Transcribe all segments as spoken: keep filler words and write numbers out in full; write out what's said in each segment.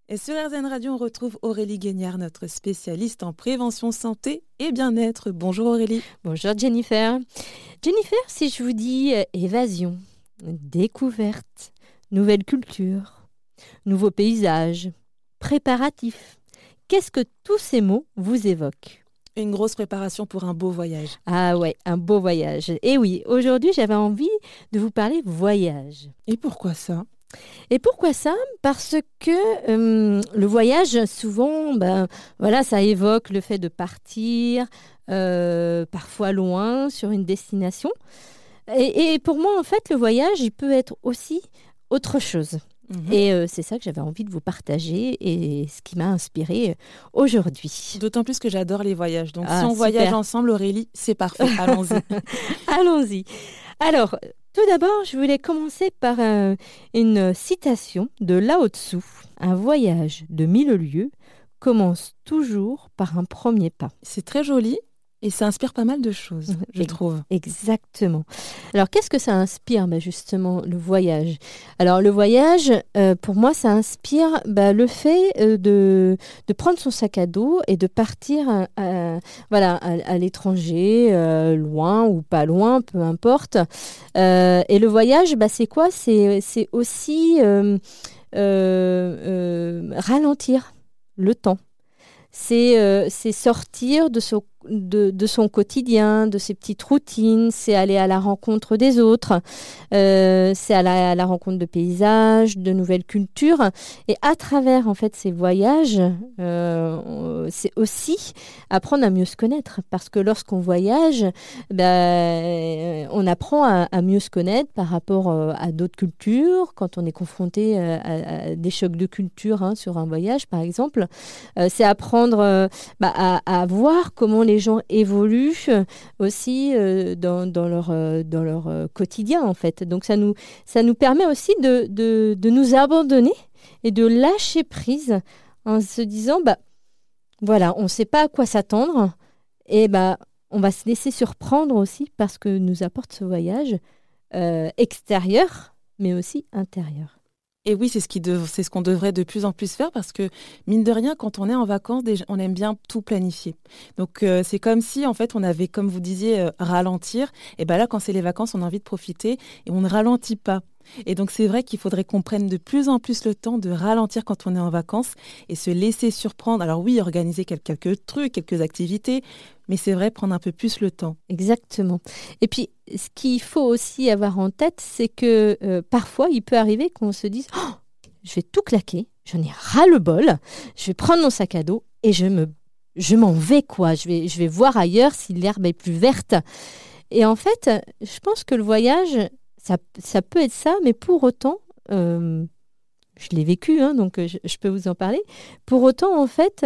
Et sur R Z N Radio, on retrouve Aurélie Guignard, notre spécialiste en prévention santé et bien-être. Bonjour Aurélie. Bonjour Jennifer. Jennifer, si je vous dis euh, évasion, découverte, nouvelle culture, nouveaux paysages, préparatifs, qu'est-ce que tous ces mots vous évoquent ? Une grosse préparation pour un beau voyage. Ah ouais, un beau voyage. Et oui, aujourd'hui, j'avais envie de vous parler voyage. Et pourquoi ça ? Et pourquoi ça ? Parce que euh, le voyage, souvent, ben, voilà, ça évoque le fait de partir, euh, parfois loin, sur une destination. Et, et pour moi, en fait, le voyage, il peut être aussi autre chose. Mmh. Et euh, c'est ça que j'avais envie de vous partager et ce qui m'a inspirée aujourd'hui. D'autant plus que j'adore les voyages. Donc, ah, si on super. voyage ensemble, Aurélie, c'est parfait. Allons-y. Allons-y. Alors, tout d'abord, je voulais commencer par euh, une citation de Lao Tzu. Un voyage de mille lieues commence toujours par un premier pas. C'est très joli. Et ça inspire pas mal de choses, je trouve. Exactement. Alors, qu'est-ce que ça inspire, bah, justement, le voyage ? Alors, le voyage, euh, pour moi, ça inspire bah, le fait euh, de, de prendre son sac à dos et de partir à, à, voilà, à, à l'étranger, euh, loin ou pas loin, peu importe. Euh, et le voyage, bah, c'est quoi ? C'est, c'est aussi euh, euh, euh, ralentir le temps. C'est, euh, c'est sortir de son, de, de son quotidien, de ses petites routines, c'est aller à la rencontre des autres, euh, c'est aller à la rencontre de paysages, de nouvelles cultures. Et à travers en fait, ces voyages, euh, c'est aussi apprendre à mieux se connaître. Parce que lorsqu'on voyage, ben, on apprend à, à mieux se connaître par rapport à d'autres cultures. Quand on est confronté à, à des chocs de culture hein, sur un voyage, par exemple, euh, c'est apprendre Euh, bah, à, à voir comment les gens évoluent aussi euh, dans, dans leur, euh, dans leur euh, quotidien en fait. Donc ça nous, ça nous permet aussi de, de, de nous abandonner et de lâcher prise en se disant bah, voilà, on ne sait pas à quoi s'attendre et bah, on va se laisser surprendre aussi parce que nous apporte ce voyage euh, extérieur mais aussi intérieur. Et oui, c'est ce, qui dev- c'est ce qu'on devrait de plus en plus faire parce que, mine de rien, quand on est en vacances, déjà, on aime bien tout planifier. Donc, euh, c'est comme si, en fait, on avait, comme vous disiez, euh, ralentir. Et bien là, quand c'est les vacances, on a envie de profiter et on ne ralentit pas. Et donc, c'est vrai qu'il faudrait qu'on prenne de plus en plus le temps de ralentir quand on est en vacances et se laisser surprendre. Alors oui, organiser quelques trucs, quelques activités, mais c'est vrai, prendre un peu plus le temps. Exactement. Et puis, ce qu'il faut aussi avoir en tête, c'est que euh, parfois, il peut arriver qu'on se dise oh, « je vais tout claquer, j'en ai ras-le-bol, je vais prendre mon sac à dos et je, me, je m'en vais, quoi. Je vais, je vais voir ailleurs si l'herbe est plus verte. » Et en fait, je pense que le voyage, ça, ça peut être ça, mais pour autant... Euh, je l'ai vécu, hein, donc je, je peux vous en parler. Pour autant, en fait,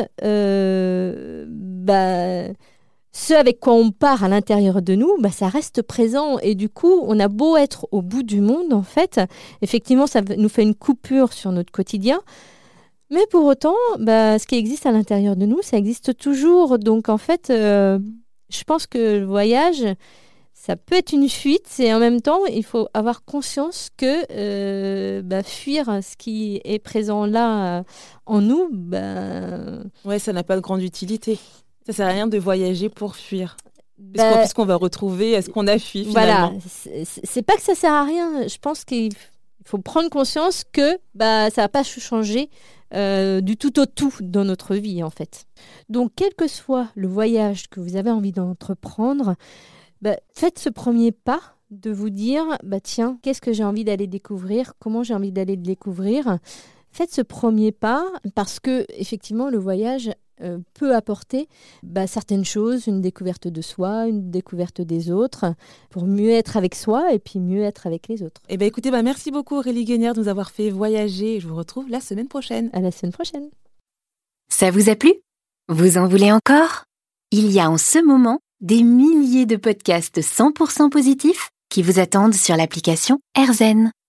euh, bah, ce avec quoi on part à l'intérieur de nous, bah, ça reste présent. Et du coup, on a beau être au bout du monde, en fait, effectivement, ça nous fait une coupure sur notre quotidien. Mais pour autant, bah, ce qui existe à l'intérieur de nous, ça existe toujours. Donc, en fait, euh, je pense que le voyage... ça peut être une fuite et en même temps, il faut avoir conscience que euh, bah, fuir ce qui est présent là euh, en nous... Bah... Ouais, ça n'a pas de grande utilité. Ça ne sert à rien de voyager pour fuir. Bah, Puisqu'on, puisqu'on va retrouver, est-ce qu'on a fui finalement ? Voilà, c'est, c'est pas que ça ne sert à rien. Je pense qu'il faut prendre conscience que bah, ça ne va pas changer euh, du tout au tout dans notre vie en fait. Donc, quel que soit le voyage que vous avez envie d'entreprendre, bah, faites ce premier pas de vous dire, bah, tiens, qu'est-ce que j'ai envie d'aller découvrir ? Comment j'ai envie d'aller le découvrir ? Faites ce premier pas parce que effectivement, le voyage euh, peut apporter bah, certaines choses, une découverte de soi, une découverte des autres, pour mieux être avec soi et puis mieux être avec les autres. Eh bien, écoutez, bah, merci beaucoup Aurélie Guignard de nous avoir fait voyager. Je vous retrouve la semaine prochaine. À la semaine prochaine. Ça vous a plu ? Vous en voulez encore ? Il y a en ce moment des milliers de podcasts cent pour cent positifs qui vous attendent sur l'application R Z N.